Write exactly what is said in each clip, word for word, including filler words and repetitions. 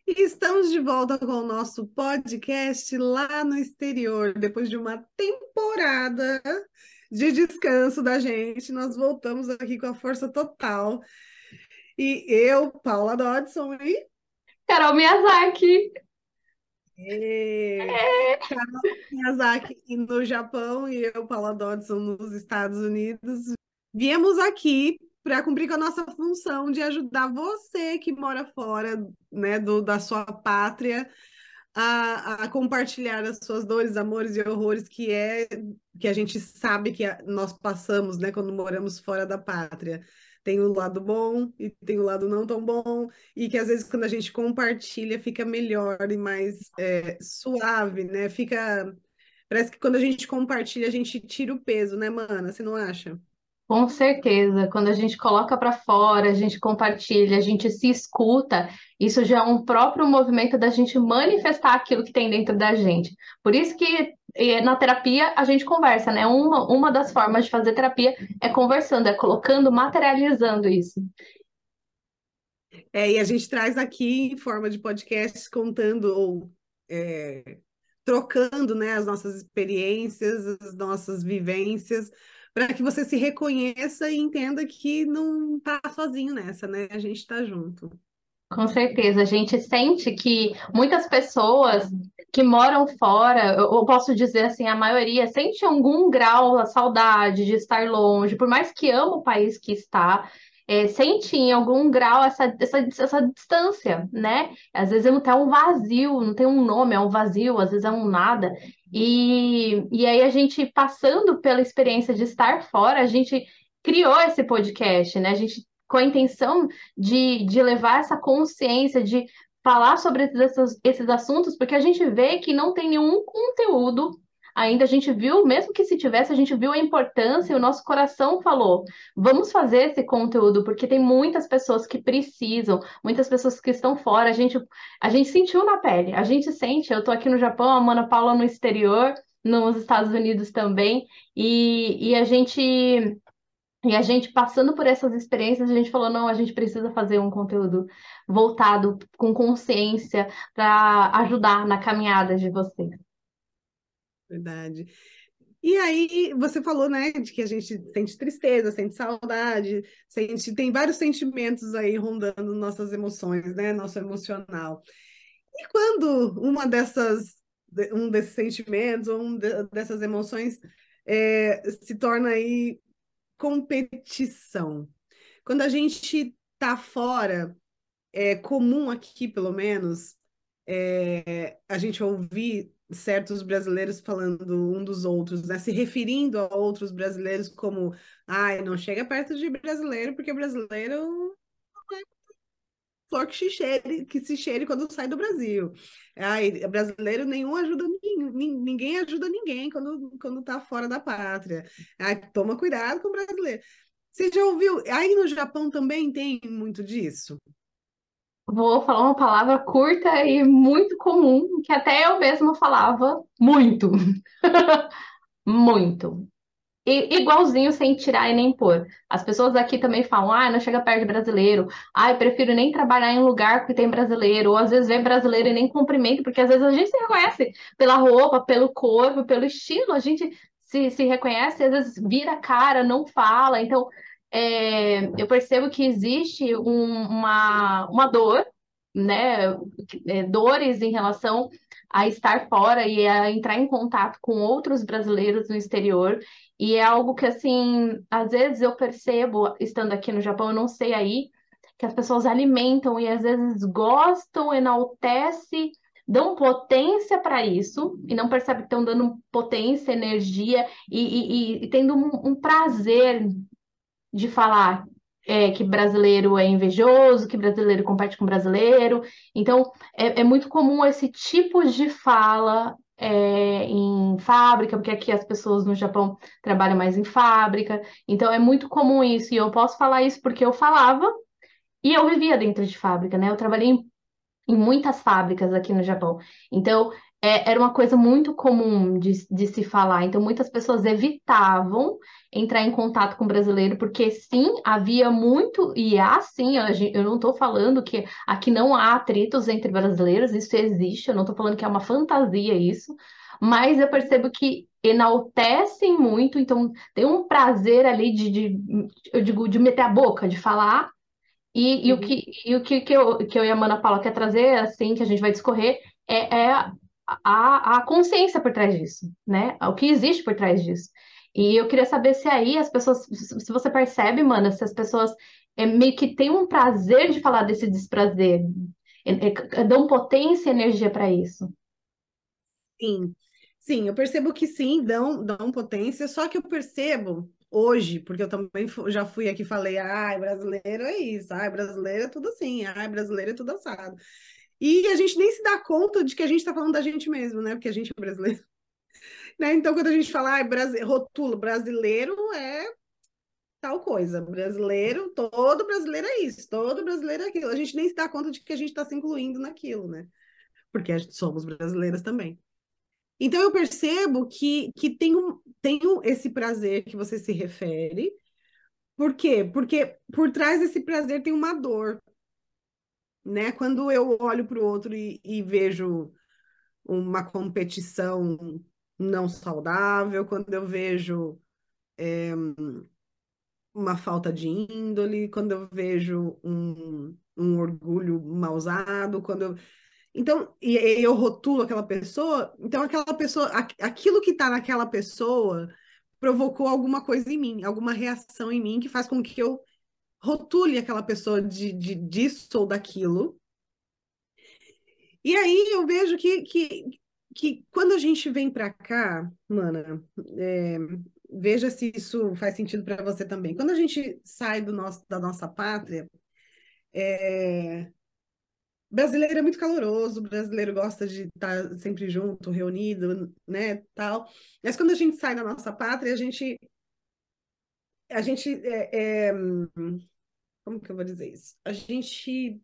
E estamos de volta com o nosso podcast lá no exterior. Depois de uma temporada de descanso da gente, nós voltamos aqui com a força total. E eu, Paula Dodson, e, Carol Miyazaki. e Carol Miyazaki no Japão e eu, Paula Dodson, nos Estados Unidos. Viemos aqui para cumprir com a nossa função de ajudar você que mora fora, né, do, da sua pátria a, a compartilhar as suas dores, amores e horrores que é que a gente sabe que a- nós passamos, né, quando moramos fora da pátria. Tem o lado bom e tem o lado não tão bom, e que às vezes quando a gente compartilha fica melhor e mais é, suave, né? Fica. Parece que quando a gente compartilha, a gente tira o peso, né, mana? Você não acha? Com certeza, quando a gente coloca para fora, a gente compartilha, a gente se escuta, isso já é um próprio movimento da gente manifestar aquilo que tem dentro da gente. Por isso que eh, na terapia a gente conversa, né? Uma, uma das formas de fazer terapia é conversando, é colocando, materializando isso. É, e a gente traz aqui em forma de podcast contando ou é, trocando, né, as nossas experiências, as nossas vivências, para que você se reconheça e entenda que não está sozinho nessa, né? A gente está junto. Com certeza, a gente sente que muitas pessoas que moram fora, eu eu posso dizer assim, a maioria sente algum grau a saudade de estar longe, por mais que ama o país que está, é, sente em algum grau essa, essa, essa distância, né? Às vezes não tem um vazio, não tem um nome, é um vazio, às vezes é um nada. E, e aí a gente passando pela experiência de estar fora, a gente criou esse podcast, né? A gente com a intenção de, de levar essa consciência, de falar sobre esses, esses assuntos, porque a gente vê que não tem nenhum conteúdo. Ainda a gente viu, mesmo que se tivesse, a gente viu a importância e o nosso coração falou: vamos fazer esse conteúdo, porque tem muitas pessoas que precisam, muitas pessoas que estão fora. A gente, a gente sentiu na pele, a gente sente. Eu tô aqui no Japão, a Mana Paula no exterior, nos Estados Unidos também, e, e a gente e a gente passando por essas experiências, a gente falou, não, a gente precisa fazer um conteúdo voltado com consciência para ajudar na caminhada de vocês. Verdade. E aí, você falou, né, de que a gente sente tristeza, sente saudade, sente, tem vários sentimentos aí rondando nossas emoções, né, nosso emocional. E quando uma dessas, um desses sentimentos ou um de- dessas emoções é, se torna aí competição? Quando a gente tá fora, é comum aqui, pelo menos, é, a gente ouvir certos brasileiros falando um dos outros, né? Se referindo a outros brasileiros como, ai, não chega perto de brasileiro, porque brasileiro flor que se cheire, que se cheire quando sai do Brasil. Ai, brasileiro nenhum ajuda ninguém, ninguém ajuda ninguém quando, quando tá fora da pátria. Ai, toma cuidado com o brasileiro. Você já ouviu? Aí no Japão também tem muito disso. Vou falar uma palavra curta e muito comum, que até eu mesma falava muito, muito. E, igualzinho sem tirar e nem pôr. As pessoas aqui também falam, ah, não chega perto de brasileiro. Ah, eu prefiro nem trabalhar em um lugar que tem brasileiro. Ou às vezes vem brasileiro e nem cumprimenta, porque às vezes a gente se reconhece pela roupa, pelo corpo, pelo estilo. A gente se, se reconhece, às vezes vira a cara, não fala. Então, é, eu percebo que existe um- uma, uma dor, né? É, dores em relação a estar fora e a entrar em contato com outros brasileiros no exterior. E é algo que, assim, às vezes eu percebo, estando aqui no Japão, eu não sei aí, que as pessoas alimentam e às vezes gostam, enaltece, dão potência para isso e não percebem que estão dando potência, energia e, e, e- e tendo um, um prazer de falar é, que brasileiro é invejoso, que brasileiro compete com brasileiro. Então, é, é muito comum esse tipo de fala é, em fábrica, porque aqui as pessoas no Japão trabalham mais em fábrica. Então, é muito comum isso. E eu posso falar isso porque eu falava e eu vivia dentro de fábrica, né? Eu trabalhei em em muitas fábricas aqui no Japão. Então, é, era uma coisa muito comum de, de se falar. Então, muitas pessoas evitavam entrar em contato com o brasileiro, porque sim, havia muito, e há sim, a gen- eu não estou falando que aqui não há atritos entre brasileiros, isso existe, eu não estou falando que é uma fantasia isso, mas eu percebo que enaltecem muito, então tem um prazer ali de, de eu digo, de meter a boca, de falar. E, e o Uhum. que, e o que, que, eu, que eu e a Mana Paula quer trazer, assim, que a gente vai discorrer, é, é a, a a consciência por trás disso, né? O que existe por trás disso. E eu queria saber se aí as pessoas, se se você percebe, Mana, se as pessoas é, meio que têm um prazer de falar desse desprazer, é, é, dão potência e energia para isso. Sim, sim, eu percebo que sim, dão, dão potência, só que eu percebo hoje, porque eu também fu- já fui aqui e falei, ai, brasileiro é isso, ai, brasileiro é tudo assim, ai, brasileiro é tudo assado. E a gente nem se dá conta de que a gente está falando da gente mesmo, né? Porque a gente é brasileiro, né? Então, quando a gente fala, ai, brasi... rotula, brasileiro é tal coisa, brasileiro, todo brasileiro é isso, todo brasileiro é aquilo. A gente nem se dá conta de que a gente está se incluindo naquilo, né? Porque a gente somos brasileiras também. Então eu percebo que, que tem, um, tem um, esse prazer que você se refere. Por quê? Porque por trás desse prazer tem uma dor, né? Quando eu olho para o outro e, e vejo uma competição não saudável, quando eu vejo uma falta de índole, quando eu vejo um, um orgulho mal usado, quando eu... Então, e, e eu rotulo aquela pessoa, então aquela pessoa, aqu- aquilo que está naquela pessoa provocou alguma coisa em mim, alguma reação em mim que faz com que eu rotule aquela pessoa de, de disso ou daquilo. E aí eu vejo que, que, que quando a gente vem para cá, mana, é, veja se isso faz sentido para você também. Quando a gente sai do nosso, da nossa pátria, é, brasileiro é muito caloroso, brasileiro gosta de estar sempre junto, reunido, né, tal. Mas quando a gente sai da nossa pátria, a gente, a gente, é, é, como que eu vou dizer isso? A gente,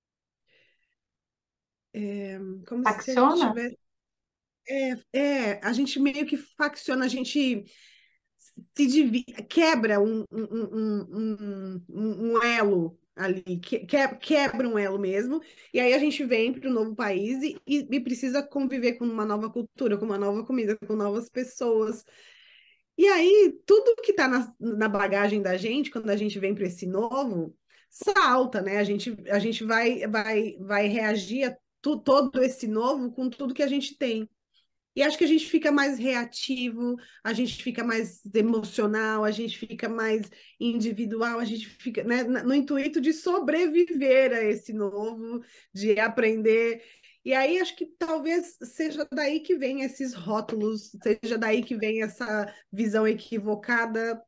é, como se a gente Facciona? tivesse, é, é, a gente meio que facciona, a gente se divide, quebra um, um, um, um, um um elo ali, que, quebra um elo mesmo, e aí a gente vem para o novo país e, e, precisa conviver com uma nova cultura, com uma nova comida, com novas pessoas. E aí, tudo que está na, na bagagem da gente, quando a gente vem para esse novo, salta, né? A gente, a gente vai, vai, vai reagir a tu, todo esse novo com tudo que a gente tem. E acho que a gente fica mais reativo, a gente fica mais emocional, a gente fica mais individual, a gente fica, né, no intuito de sobreviver a esse novo, de aprender. E aí acho que talvez seja daí que vem esses rótulos, seja daí que vem essa visão equivocada,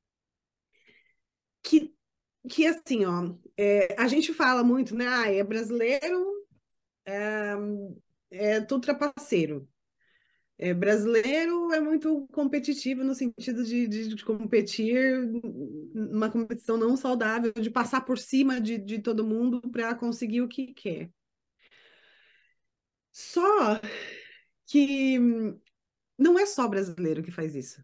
que, que assim, ó, é, a gente fala muito, né? Ah, é brasileiro, é, é tudo trapaceiro. É, brasileiro é muito competitivo no sentido de, de, de competir numa competição não saudável, de passar por cima de, de todo mundo para conseguir o que quer. Só que não é só brasileiro que faz isso,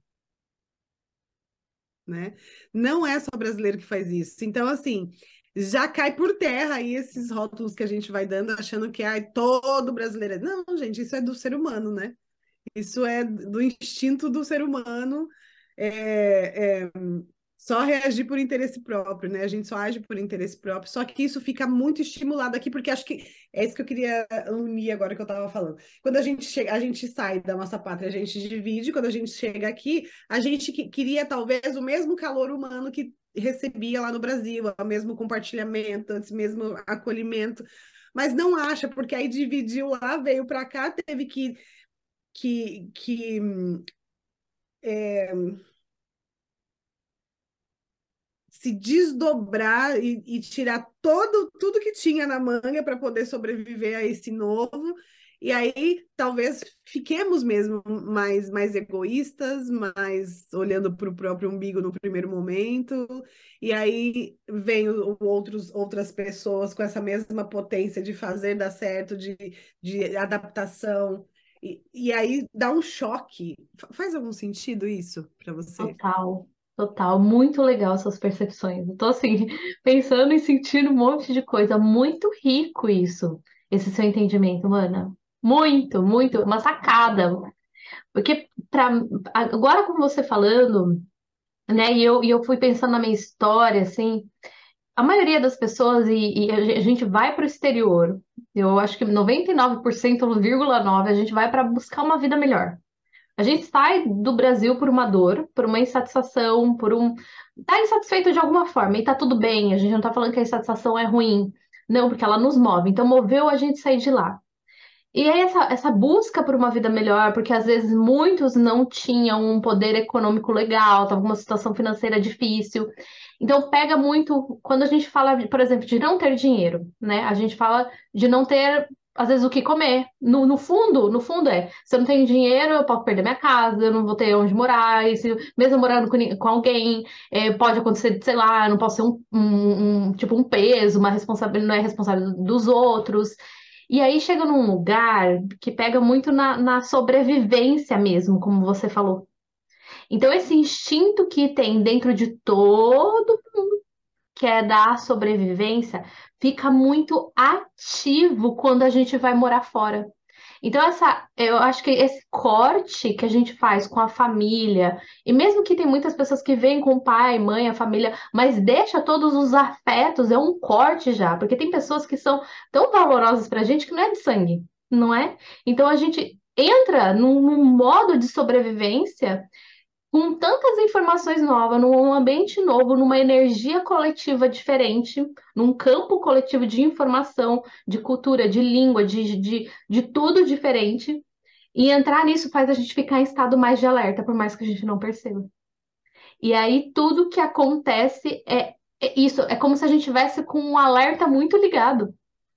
né? Não é só brasileiro que faz isso. Então, assim, já cai por terra aí esses rótulos que a gente vai dando, achando que é todo brasileiro. Não, gente, isso é do ser humano, né? Isso é do instinto do ser humano, é, é, só reagir por interesse próprio, né? A gente só age por interesse próprio. Só que isso fica muito estimulado aqui, porque acho que é isso que eu queria unir agora que eu estava falando. Quando a gente chega, a gente sai da nossa pátria, a gente divide. Quando a gente chega aqui, a gente que- queria talvez o mesmo calor humano que recebia lá no Brasil, o mesmo compartilhamento, esse mesmo acolhimento, mas não acha, porque aí dividiu lá, veio para cá, teve que que, que é, se desdobrar e, e tirar todo, tudo que tinha na manga para poder sobreviver a esse novo. E aí talvez fiquemos mesmo mais, mais egoístas, mais olhando para o próprio umbigo no primeiro momento. E aí vem o, outros, outras pessoas com essa mesma potência de fazer dar certo, de, de adaptação. E, e aí dá um choque. Fa- Faz algum sentido isso para você? Total, total. Muito legal essas percepções. Eu tô assim, pensando e sentindo um monte de coisa. Muito rico isso, esse seu entendimento, Mana. Muito, muito. Uma sacada. Porque pra, agora com você falando, né, e eu, e eu fui pensando na minha história, assim, a maioria das pessoas, e, e a ge- a gente vai para o exterior, eu acho que noventa e nove por cento, vírgula nove, a gente vai para buscar uma vida melhor. A gente sai do Brasil por uma dor, por uma insatisfação, por um. Tá insatisfeito de alguma forma, e tá tudo bem, a gente não tá falando que a insatisfação é ruim. Não, porque ela nos move. Então, moveu a gente sair de lá. E aí, essa, essa busca por uma vida melhor, porque às vezes muitos não tinham um poder econômico legal, estavam com uma situação financeira difícil. Então, pega muito quando a gente fala, por exemplo, de não ter dinheiro, né? A gente fala de não ter, às vezes, o que comer. No, no fundo, no fundo é, se eu não tenho dinheiro, eu posso perder minha casa, eu não vou ter onde morar, e se, mesmo morando com, ni- com alguém, é, pode acontecer, sei lá, eu não posso ser um, um- um- tipo um peso, uma responsabilidade, não é responsável dos outros. E aí chega num lugar que pega muito na, na sobrevivência mesmo, como você falou. Então, esse instinto que tem dentro de todo, que é da sobrevivência, fica muito ativo quando a gente vai morar fora. Então, essa, eu acho que esse corte que a gente faz com a família, e mesmo que tem muitas pessoas que vêm com o pai, mãe, a família, mas deixa todos os afetos, é um corte já, porque tem pessoas que são tão valorosas pra gente que não é de sangue, não é? Então, a gente entra num, num modo de sobrevivência com tantas informações novas, num ambiente novo, numa energia coletiva diferente, num campo coletivo de informação, de cultura, de língua, de, de, de tudo diferente. E entrar nisso faz a gente ficar em estado mais de alerta, por mais que a gente não perceba. E aí tudo que acontece é, é isso, é como se a gente tivesse com um alerta muito ligado.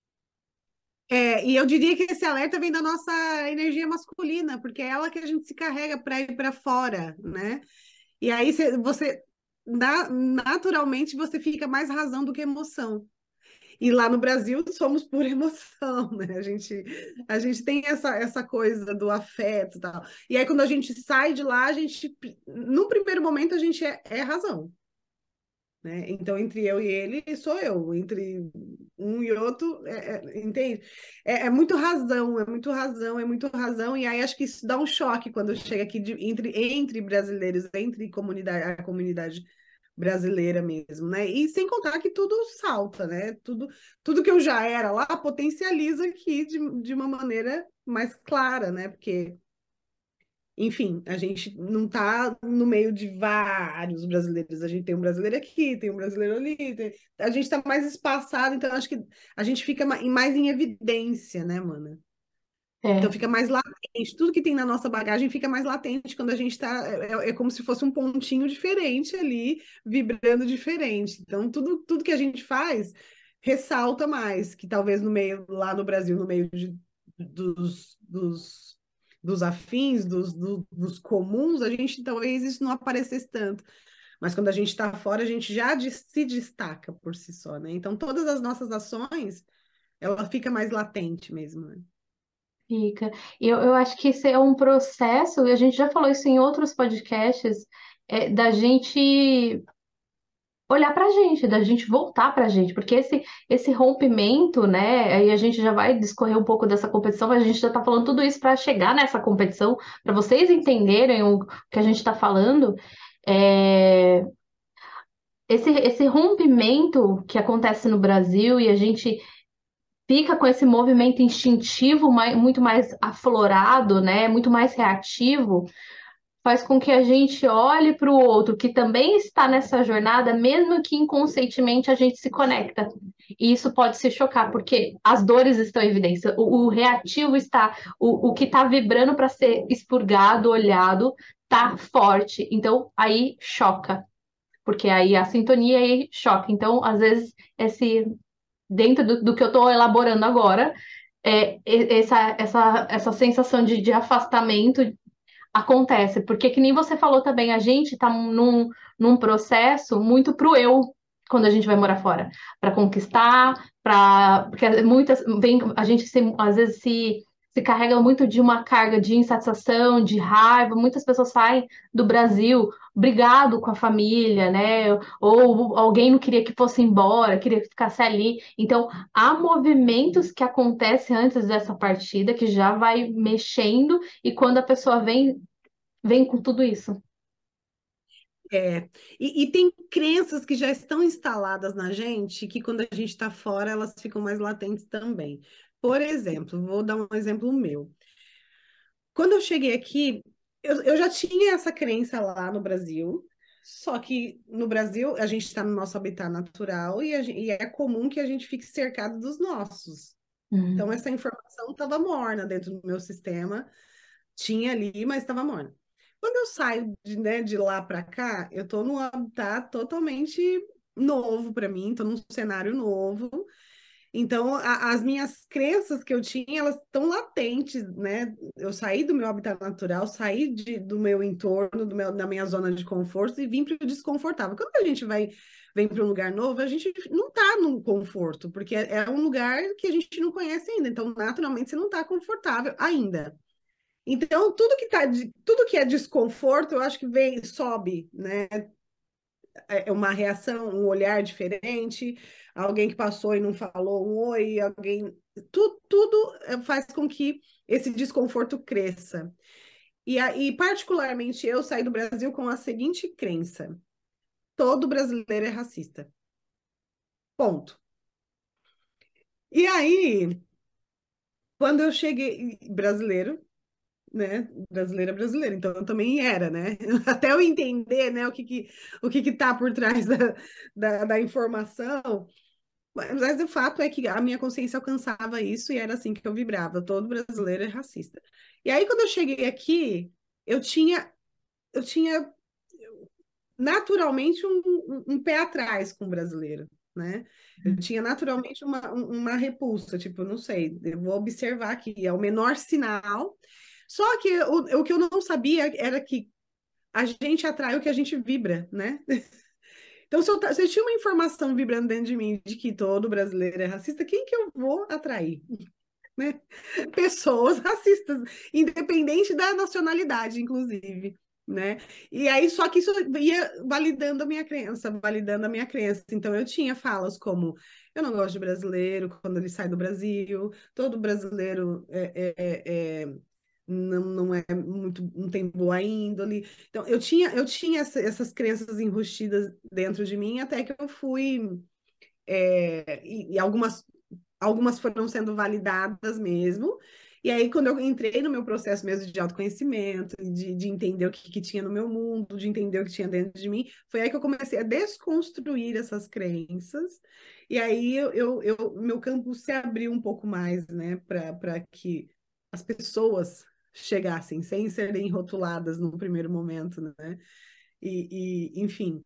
É, e eu diria que esse alerta vem da nossa energia masculina, porque é ela que a gente se carrega para ir para fora, né? E aí cê- você, na- naturalmente, você fica mais razão do que emoção. E lá no Brasil somos pura emoção, né? A gente, a gente tem essa, essa coisa do afeto e tal. E aí, quando a gente sai de lá, a gente, no primeiro momento, a gente é, é razão, né? Então, entre eu e ele, sou eu. Entre um e outro, é, é, entende? É, é muito razão, é muito razão, é muito razão. E aí, acho que isso dá um choque quando chega aqui de- entre, entre brasileiros, entre comunidade, a comunidade brasileira mesmo, né? E sem contar que tudo salta, né? Tudo, tudo que eu já era lá potencializa aqui de, de uma maneira mais clara, né? Porque, enfim, a gente não está no meio de vários brasileiros. A gente tem um brasileiro aqui, tem um brasileiro ali, tem- a gente está mais espaçado, então acho que a gente fica ma- mais em evidência, né, mano? Então É, fica mais latente, tudo que tem na nossa bagagem fica mais latente quando a gente está. É, é como se fosse um pontinho diferente ali, vibrando diferente. Então, tudo, tudo que a gente faz ressalta mais, que talvez no meio, lá no Brasil, no meio de, dos, dos, dos afins, dos, do- dos comuns, a gente talvez isso não aparecesse tanto. Mas quando a gente está fora, a gente já de- se destaca por si só, né? Então, todas as nossas ações, ela fica mais latente mesmo, né? fica. Eu, eu acho que esse é um processo, e a gente já falou isso em outros podcasts, é, da gente olhar para a gente, da gente voltar para a gente, porque esse, esse rompimento, né? Aí a gente já vai discorrer um pouco dessa competição, mas a gente já está falando tudo isso para chegar nessa competição, para vocês entenderem o que a gente está falando. É, esse, esse rompimento que acontece no Brasil e a gente fica com esse movimento instintivo mai- muito mais aflorado, né? Muito mais reativo faz com que a gente olhe para o outro que também está nessa jornada, mesmo que inconscientemente a gente se conecta. E isso pode se chocar, porque as dores estão em evidência, o, o reativo está, o, o que está vibrando para ser expurgado, olhado, está forte. Então aí choca, porque aí a sintonia aí choca. Então, às vezes, esse dentro do, do que eu estou elaborando agora, é, e- essa, essa, essa sensação de, de afastamento acontece, porque que nem você falou também, a gente tá num, num processo muito pro eu quando a gente vai morar fora, para conquistar, para porque muitas vem a gente se, às vezes se se carrega muito de uma carga de insatisfação, de raiva. Muitas pessoas saem do Brasil brigado com a família, né? Ou alguém não queria que fosse embora, queria que ficasse ali. Então, há movimentos que acontecem antes dessa partida que já vai mexendo, e quando a pessoa vem, vem com tudo isso. É, e, e tem crenças que já estão instaladas na gente, que quando a gente está fora, elas ficam mais latentes também. Por exemplo, vou dar um exemplo meu. Quando eu cheguei aqui, eu, eu já tinha essa crença lá no Brasil, só que no Brasil a gente está no nosso habitat natural e, a gen- e é comum que a gente fique cercado dos nossos. Então, Hum. essa informação estava morna dentro do meu sistema, tinha ali, mas estava morna. Quando eu saio de, né, de lá para cá, eu estou num habitat totalmente novo para mim, estou num cenário novo. Então, a- as minhas crenças que eu tinha, elas estão latentes, né? Eu saí do meu habitat natural, saí de- do meu entorno, do meu, da minha zona de conforto e vim para o desconfortável. Quando a gente vai, vem para um lugar novo, a gente não está no conforto, porque é, é um lugar que a gente não conhece ainda. Então, naturalmente, você não está confortável ainda. Então, tudo que tá, de- tudo que é desconforto, eu acho que vem, sobe, né? É é uma reação, um olhar diferente, alguém que passou e não falou um oi, alguém. Tu, tudo eh, faz com que esse desconforto cresça. E, aí, particularmente, eu saí do Brasil com a seguinte crença: todo brasileiro é racista. Ponto. E aí, quando eu cheguei, brasileiro, né? Brasileira é brasileira, então eu também era, né? Até eu entender, né, o que que, o que que tá por trás da, da, da informação. Mas o fato é que a minha consciência alcançava isso e era assim que eu vibrava. Todo brasileiro é racista. E aí, quando eu cheguei aqui, eu tinha, eu tinha naturalmente um, um, um pé atrás com o brasileiro, né? Eu tinha naturalmente uma, um- uma repulsa, tipo, não sei, eu vou observar aqui, é o menor sinal. Só que o, o que eu não sabia era que a gente atrai o que a gente vibra, né? Então, se eu, ta- se eu tinha uma informação vibrando dentro de mim de que todo brasileiro é racista, quem que eu vou atrair? Né? Pessoas racistas, independente da nacionalidade, inclusive, né? E aí, só que isso ia validando a minha crença, validando a minha crença. Então, eu tinha falas como: eu não gosto de brasileiro quando ele sai do Brasil, todo brasileiro é, é, é, é, não, não é muito, não tem boa índole. Então, eu tinha, eu tinha essa- essas crenças enrustidas dentro de mim, até que eu fui. É, e, e algumas algumas foram sendo validadas mesmo. E aí, quando eu entrei no meu processo mesmo de autoconhecimento, de, de entender o que, que tinha no meu mundo, de entender o que tinha dentro de mim, foi aí que eu comecei a desconstruir essas crenças. E aí, eu, eu, eu- meu campo se abriu um pouco mais, né, para que as pessoas chegassem sem serem rotuladas no primeiro momento, né? E, e enfim,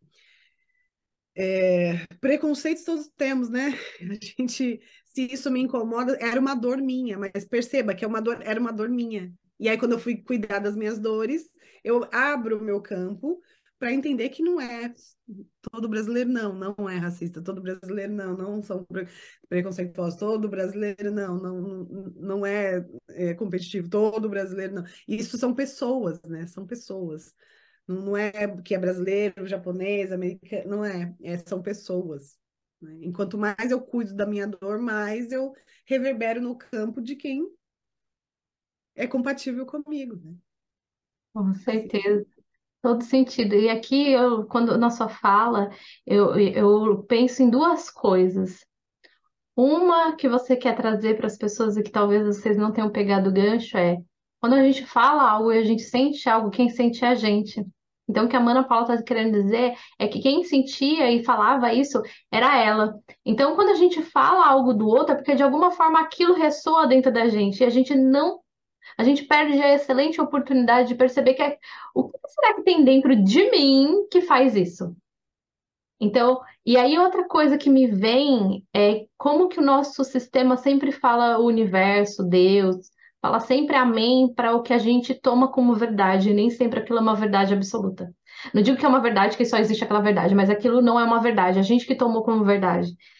preconceitos todos temos, né? A gente, se isso me incomoda, era uma dor minha, mas perceba que é uma dor, era uma dor minha. E aí, quando eu fui cuidar das minhas dores, eu abro o meu campo para entender que não é todo brasileiro, não, não é racista, todo brasileiro, não, não são pre preconceituosos, todo brasileiro, não, não, não, não é, é competitivo, todo brasileiro, não. E isso são pessoas, né? São pessoas. Não não é que é brasileiro, japonês, americano, não é, é são pessoas. Né? Enquanto mais eu cuido da minha dor, mais eu reverbero no campo de quem é compatível comigo, né? Com Assim. certeza. Todo sentido. E aqui, eu, quando na sua fala, eu, eu penso em duas coisas. Uma que você quer trazer para as pessoas e que talvez vocês não tenham pegado o gancho é: quando a gente fala algo e a gente sente algo, quem sente é a gente. Então, o que a Mana Paula está querendo dizer é que quem sentia e falava isso era ela. Então, quando a gente fala algo do outro, é porque de alguma forma aquilo ressoa dentro da gente e a gente não, a gente perde a excelente oportunidade de perceber que é, o que será que tem dentro de mim que faz isso? Então, e aí outra coisa que me vem é como que o nosso sistema sempre fala o universo, Deus, fala sempre amém para o que a gente toma como verdade, e nem sempre aquilo é uma verdade absoluta. Não digo que é uma verdade, que só existe aquela verdade, mas aquilo não é uma verdade, a gente que tomou como verdade.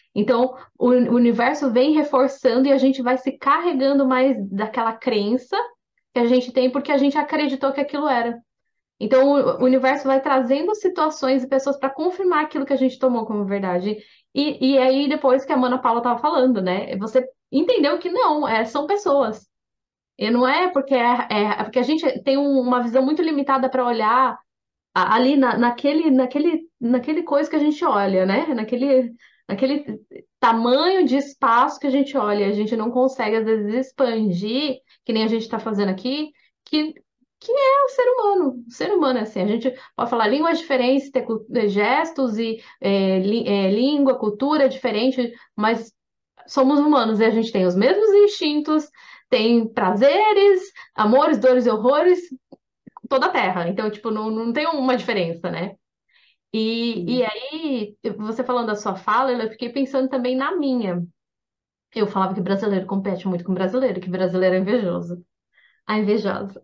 Então, o o universo vem reforçando e a gente vai se carregando mais daquela crença que a gente tem porque a gente acreditou que aquilo era. Então, o o universo vai trazendo situações e pessoas para confirmar aquilo que a gente tomou como verdade. E, e aí, depois que a Mana Paula estava falando, né? Você entendeu que não, é, são pessoas. E não é porque é, é é porque a gente tem um- uma visão muito limitada para olhar a- ali na, naquele, naquele, naquele coisa que a gente olha, né? Naquele, naquele tamanho de espaço que a gente olha, a gente não consegue, às vezes, expandir, que nem a gente está fazendo aqui, que, que é o ser humano. O ser humano é assim, a gente pode falar línguas diferentes, ter cu- eh, gestos e eh, li- eh, língua, cultura diferente, mas somos humanos e a gente tem os mesmos instintos, tem prazeres, amores, dores e horrores, toda a Terra. Então, tipo, não, não tem uma diferença, né? E, e Sim. aí, você falando da sua fala, eu fiquei pensando também na minha. Eu falava que brasileiro compete muito com brasileiro, que brasileiro é invejoso. A invejosa.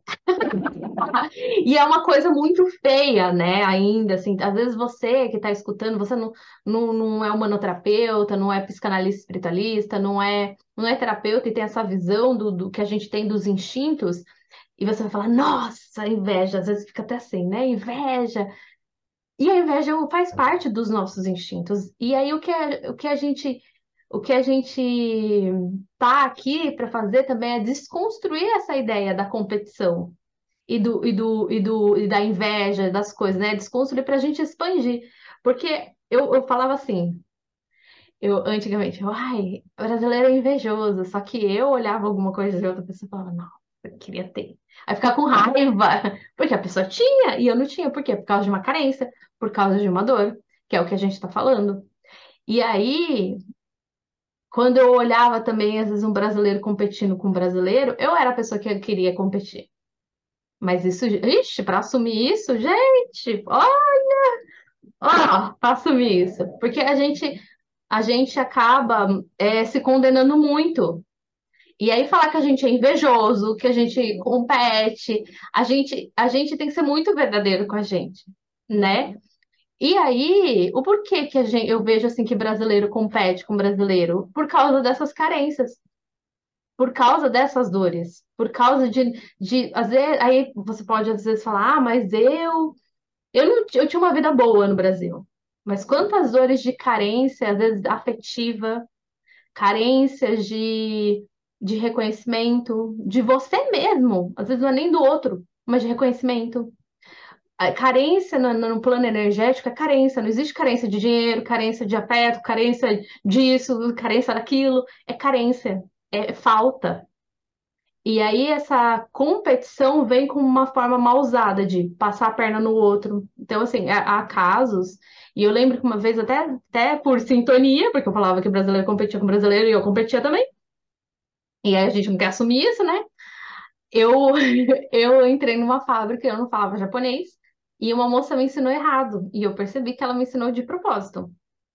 E é uma coisa muito feia, né? Ainda, assim, às vezes você que está escutando, você não, não, não é humanoterapeuta, não é psicanalista espiritualista, não é, não é terapeuta e tem essa visão do, do que a gente tem dos instintos, e você vai falar, nossa, inveja, às vezes fica até assim, né? Inveja. E a inveja faz parte dos nossos instintos. E aí o que a, o que a gente o que a gente tá aqui para fazer também é desconstruir essa ideia da competição e do, e do, e do e da inveja das coisas, né? Desconstruir para a gente expandir. Porque eu, eu falava assim, eu antigamente, eu, ai, brasileiro é invejoso, só que eu olhava alguma coisa de outra pessoa e falava, não, eu queria ter. Aí ficava com raiva, porque a pessoa tinha e eu não tinha. Por quê? Por causa de uma carência, por causa de uma dor, que é o que a gente está falando. E aí, quando eu olhava também, às vezes, um brasileiro competindo com um brasileiro, eu era a pessoa que queria competir. Mas isso, ixi, para assumir isso, gente, ó, ó, para assumir isso. Porque a gente, a gente acaba é, se condenando muito. E aí falar que a gente é invejoso, que a gente compete, a gente, a gente tem que ser muito verdadeiro com a gente, né? E aí, o porquê que a gente, eu vejo assim que brasileiro compete com brasileiro? Por causa dessas carências, por causa dessas dores, por causa de, de às vezes, aí você pode às vezes falar, ah, mas eu, eu não, eu tinha uma vida boa no Brasil. Mas quantas dores de carência, às vezes afetiva, carências de, de reconhecimento de você mesmo, às vezes não é nem do outro, mas de reconhecimento. A carência no, no plano energético é carência, não existe carência de dinheiro, carência de afeto, carência disso, carência daquilo, é carência, é falta. E aí essa competição vem com uma forma mal usada de passar a perna no outro. Então, assim, há, há casos, e eu lembro que uma vez, até, até por sintonia, porque eu falava que brasileiro competia com brasileiro e eu competia também, e aí a gente não quer assumir isso, né? Eu, eu entrei numa fábrica, eu não falava japonês, e uma moça me ensinou errado, e eu percebi que ela me ensinou de propósito.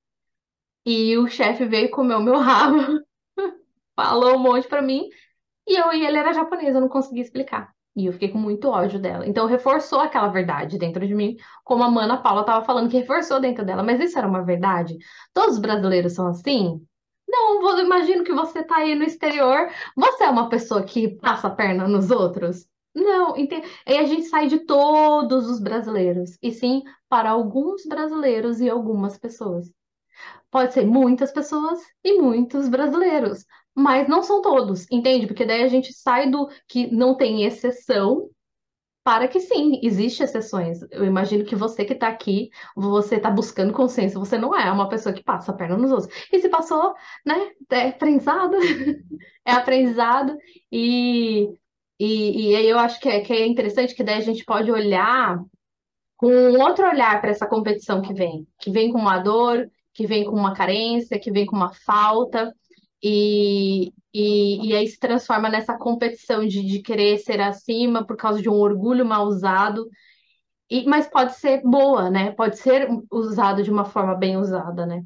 E o chefe veio comer o meu rabo, falou um monte pra mim, e eu e ele era japonês, eu não conseguia explicar. E eu fiquei com muito ódio dela. Então reforçou aquela verdade dentro de mim, como a Mana Paula estava falando que reforçou dentro dela. Mas isso era uma verdade? Todos os brasileiros são assim? Não, vou- imagino que você tá aí no exterior. Você é uma pessoa que passa a perna nos outros? Não, ente- aí a gente sai de todos os brasileiros, e sim para alguns brasileiros e algumas pessoas. Pode ser muitas pessoas e muitos brasileiros, mas não são todos, entende? Porque daí a gente sai do que não tem exceção para que sim, existe exceções. Eu imagino que você que está aqui, você está buscando consenso, você não é uma pessoa que passa a perna nos outros. E se passou, né? É aprendizado, é aprendizado e e, e aí eu acho que é, que é interessante que daí a gente pode olhar com um outro olhar para essa competição que vem, que vem com uma dor, que vem com uma carência, que vem com uma falta, e, e, e aí se transforma nessa competição de, de querer ser acima por causa de um orgulho mal usado, e, mas pode ser boa, né? Pode ser usado de uma forma bem usada, né?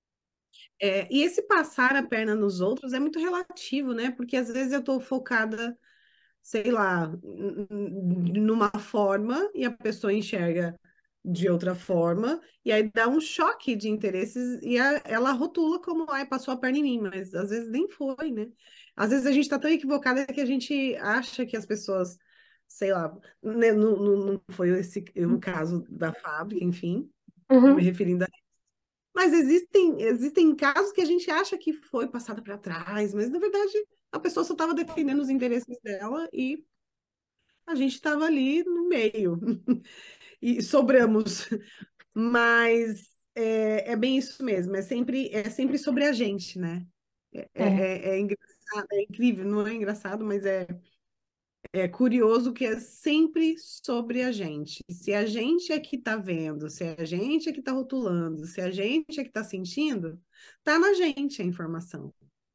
É, e esse passar a perna nos outros é muito relativo, né? Porque às vezes eu estou focada, sei lá, n- n- numa forma e a pessoa enxerga de outra forma, e aí dá um choque de interesses e a- ela rotula como, ai, passou a perna em mim, mas às vezes nem foi, né? Às vezes a gente está tão equivocada que a gente acha que as pessoas, sei lá, né, não, não, não foi esse o caso da fábrica, enfim, me Uhum. referindo a... Mas existem, existem casos que a gente acha que foi passada para trás, mas na verdade a pessoa só estava defendendo os interesses dela e a gente estava ali no meio e sobramos. Mas é, é bem isso mesmo, é sempre, é sempre sobre a gente, né? É, É, é, é engraçado, é incrível, não é engraçado, mas é, é curioso que é sempre sobre a gente. Se a gente é que tá vendo, se a gente é que tá rotulando, se a gente é que tá sentindo, tá na gente a informação,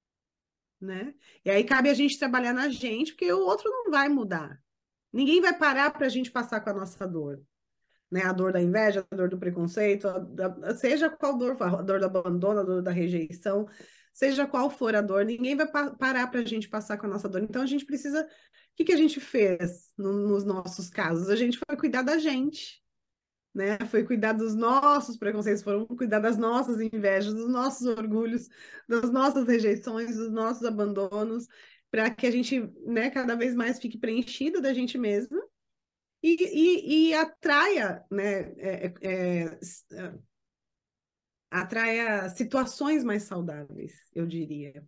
né? E aí cabe a gente trabalhar na gente, porque o outro não vai mudar. Ninguém vai parar para a gente passar com a nossa dor, né? A dor da inveja, a dor do preconceito, a, da, seja qual dor for, a dor do abandono, a dor da rejeição, seja qual for a dor, ninguém vai pa parar para a gente passar com a nossa dor. Então a gente precisa. O que, que a gente fez no, nos nossos casos? A gente foi cuidar da gente, né? Foi cuidar dos nossos preconceitos, foram cuidar das nossas invejas, dos nossos orgulhos, das nossas rejeições, dos nossos abandonos, para que a gente, né, cada vez mais fique preenchida da gente mesma e, e, e atraia, né, é, é, é, atraia situações mais saudáveis, eu diria,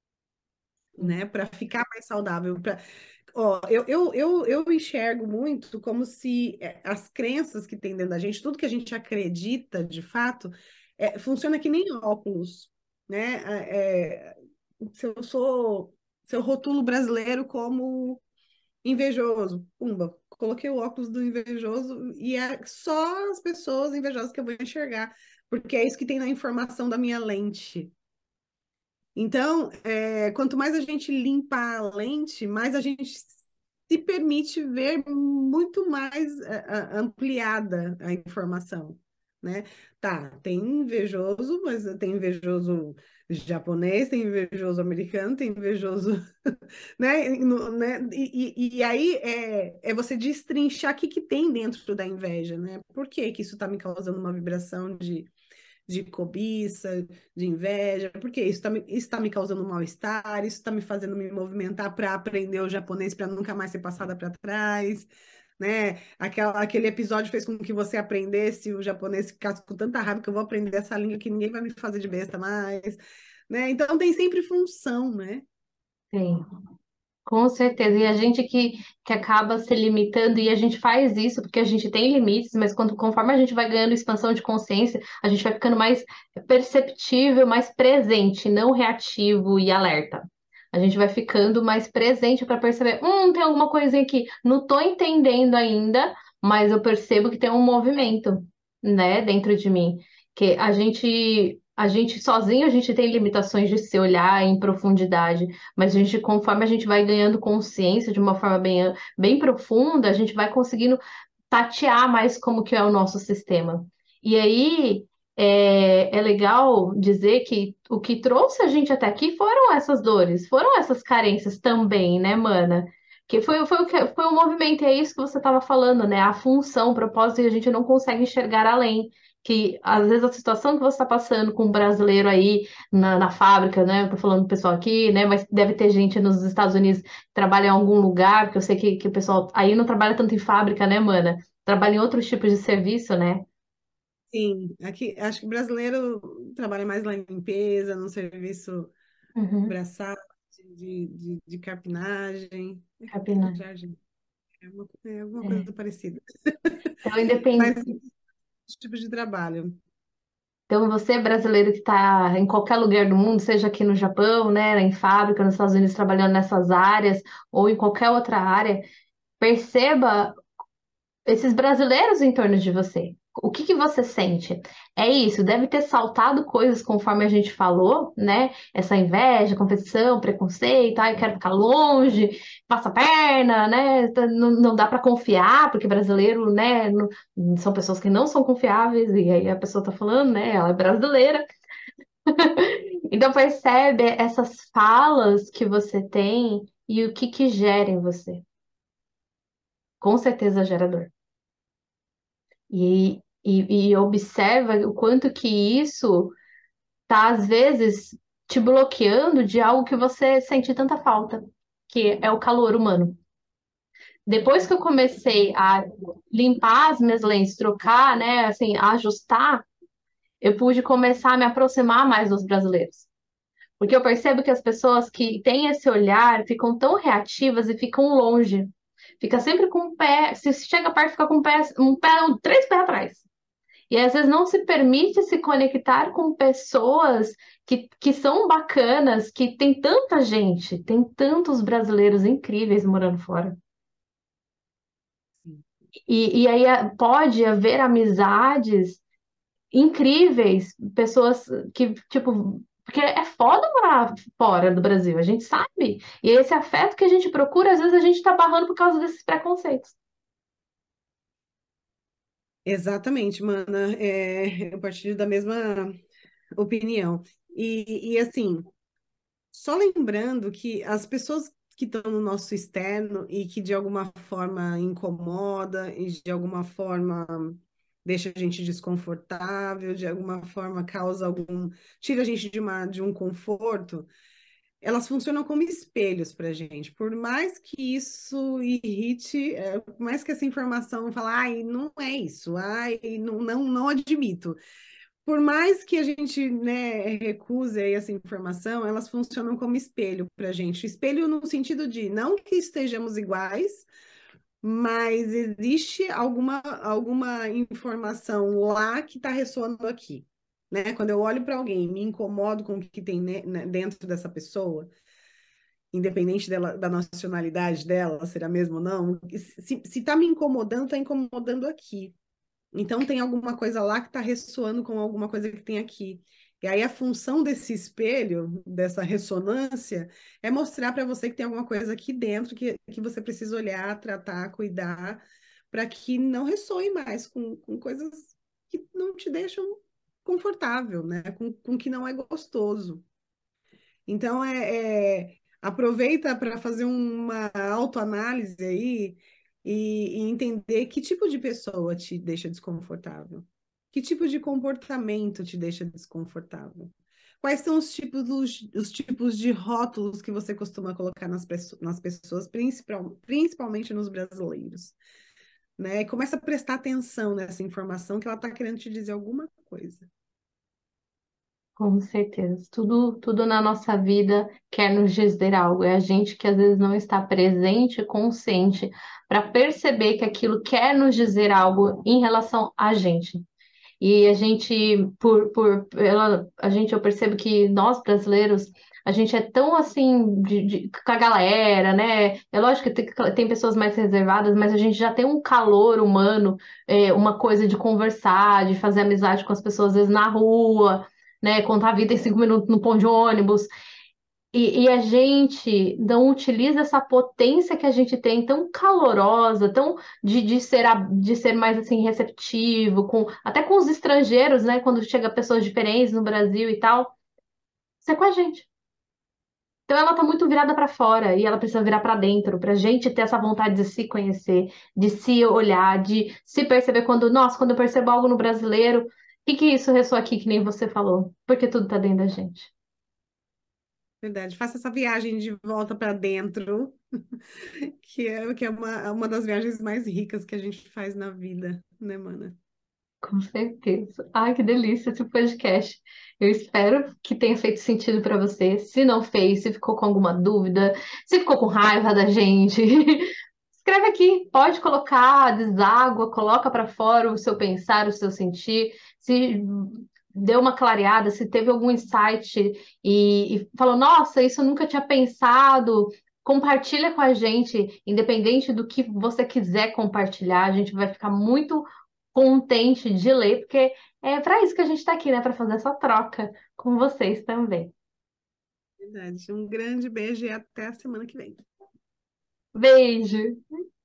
né, para ficar mais saudável. Pra... Ó, eu, eu, eu, eu enxergo muito como se é, as crenças que tem dentro da gente, tudo que a gente acredita de fato, é, funciona que nem óculos, né? É, é, se eu sou, se eu rotulo o brasileiro como invejoso, pumba, coloquei o óculos do invejoso e é só as pessoas invejosas que eu vou enxergar, porque é isso que tem na informação da minha lente. Então, é, quanto mais a gente limpa a lente, mais a gente se permite ver muito mais é, a- ampliada a informação, né? Tá, tem invejoso, mas tem invejoso japonês, tem invejoso americano, tem invejoso, né? E, no- né? E, e- e aí é, é você destrinchar o que que tem dentro da inveja, né? Por que que isso está me causando uma vibração de de cobiça, de inveja, porque isso está me, isso tá me causando mal-estar, isso está me fazendo me movimentar para aprender o japonês para nunca mais ser passada para trás, né? Aquela, aquele episódio fez com que você aprendesse o japonês, ficasse com tanta raiva que eu vou aprender essa língua que ninguém vai me fazer de besta mais, né? Então tem sempre função, né? tem. Com certeza. E a gente que, que acaba se limitando, e a gente faz isso porque a gente tem limites, mas quando, conforme a gente vai ganhando expansão de consciência, a gente vai ficando mais perceptível, mais presente, não reativo e alerta. A gente vai ficando mais presente para perceber, hum, tem alguma coisinha aqui, não tô entendendo ainda, mas eu percebo que tem um movimento, né, dentro de mim. Que a gente, a gente sozinho, a gente tem limitações de se olhar em profundidade. Mas a gente, conforme a gente vai ganhando consciência de uma forma bem, bem profunda, a gente vai conseguindo tatear mais como que é o nosso sistema. E aí é, é legal dizer que o que trouxe a gente até aqui foram essas dores, foram essas carências também, né, mana? Que foi, foi o que foi o movimento, e é isso que você estava falando, né? A função, o propósito, e a gente não consegue enxergar além. Que às vezes a situação que você está passando com um brasileiro aí na, na fábrica, né? Eu tô falando do pessoal aqui, né? Mas deve ter gente nos Estados Unidos que trabalha em algum lugar, porque eu sei que, que o pessoal aí não trabalha tanto em fábrica, né, mana? Trabalha em outros tipos de serviço, né? Sim, aqui acho que o brasileiro trabalha mais na limpeza, no serviço Uhum. braçal, de, de, de carpinagem. É Capina. carpinagem, é, uma, é alguma É. coisa parecida. Então, independ... Mas esse tipo de trabalho. então, você brasileiro que está em qualquer lugar do mundo, seja aqui no Japão, né, em fábrica, nos Estados Unidos, trabalhando nessas áreas, ou em qualquer outra área, perceba esses brasileiros em torno de você. O que que você sente? É isso, deve ter saltado coisas conforme a gente falou, né? Essa inveja, competição, preconceito, ai, eu quero ficar longe, passa a perna, né? Tá- Não, não dá para confiar, porque brasileiro, né? não- são pessoas que não são confiáveis, e aí a pessoa tá falando, né? Ela é brasileira. Então percebe essas falas que você tem e o que que gera em você. Com certeza gera dor. e, e observa o quanto que isso tá, às vezes, te bloqueando de algo que você sente tanta falta, que é o calor humano. Depois que eu comecei a limpar as minhas lentes, trocar, né, assim, ajustar, eu pude começar a me aproximar mais dos brasileiros. Porque eu percebo que as pessoas que têm esse olhar ficam tão reativas e ficam longe. Fica sempre com o pé, se chega perto, fica com um pé, um pé, três pés atrás. E às vezes não se permite se conectar com pessoas que, que são bacanas, que tem tanta gente, tem tantos brasileiros incríveis morando fora. E, e aí eh, pode haver amizades incríveis, pessoas que, tipo, porque é foda morar fora do Brasil, a gente sabe. E esse afeto que a gente procura, às vezes a gente tá barrando por causa desses preconceitos. Exatamente, mana. É, eu partilho da mesma opinião. E, e assim, só lembrando que as pessoas que estão no nosso externo e que de alguma forma incomoda e de alguma forma deixa a gente desconfortável, de alguma forma causa algum, tira a gente de uma de um conforto, elas funcionam como espelhos para a gente. Por mais que isso irrite, é, por mais que essa informação fale, ai, não é isso, ai, não, não, não admito. Por mais que a gente, né, recuse aí essa informação, elas funcionam como espelho para a gente. Espelho no sentido de não que estejamos iguais, mas existe alguma, alguma informação lá que está ressoando aqui. Né? Quando eu olho para alguém e me incomodo com o que tem né, né, dentro dessa pessoa, independente dela, da nacionalidade dela, ser a mesma ou não, se está me incomodando, está incomodando aqui. Então tem alguma coisa lá que está ressoando com alguma coisa que tem aqui. E aí a função desse espelho, dessa ressonância, é mostrar para você que tem alguma coisa aqui dentro que, que você precisa olhar, tratar, cuidar, para que não ressoe mais com, com coisas que não te deixam confortável, né? Com, com que não é gostoso. Então é, é aproveita para fazer uma autoanálise aí e, e entender que tipo de pessoa te deixa desconfortável. Que tipo de comportamento te deixa desconfortável? Quais são os tipos, os tipos de rótulos que você costuma colocar nas, nas pessoas, principal, principalmente nos brasileiros? Né? E começa a prestar atenção nessa informação que ela está querendo te dizer alguma coisa. Com certeza. Tudo, tudo na nossa vida quer nos dizer algo. É a gente que às vezes não está presente, consciente, para perceber que aquilo quer nos dizer algo em relação a gente. E a gente, por, por, ela, a gente, eu percebo que nós brasileiros, a gente é tão assim de, de- com a galera, né? É lógico que tem, tem pessoas mais reservadas, mas a gente já tem um calor humano, é, uma coisa de conversar, de fazer amizade com as pessoas, às vezes na rua, né? Contar a vida em cinco minutos no ponto de ônibus. E, e a gente não utiliza essa potência que a gente tem, tão calorosa, tão de, de ser, a- de ser mais assim receptivo, com, até com os estrangeiros, né? Quando chega pessoas diferentes no Brasil e tal, isso é com a gente. Então ela tá muito virada para fora e ela precisa virar para dentro, pra gente ter essa vontade de se conhecer, de se olhar, de se perceber quando, nossa, quando eu percebo algo no brasileiro, o que que isso ressoa aqui, que nem você falou? Porque tudo tá dentro da gente. Verdade. Faça essa viagem de volta para dentro, que é, que é uma, uma das viagens mais ricas que a gente faz na vida, né, mana? Com certeza. Ai, que delícia esse podcast. Eu espero que tenha feito sentido para você. Se não fez, se ficou com alguma dúvida, se ficou com raiva da gente, escreve aqui. Pode colocar, deságua, coloca para fora o seu pensar, o seu sentir. Se deu uma clareada, se teve algum insight e, e falou, nossa, isso eu nunca tinha pensado. Compartilha com a gente, independente do que você quiser compartilhar, a gente vai ficar muito contente de ler, porque é para isso que a gente está aqui, né? Para fazer essa troca com vocês também. Verdade. Um grande beijo e até a semana que vem. Beijo!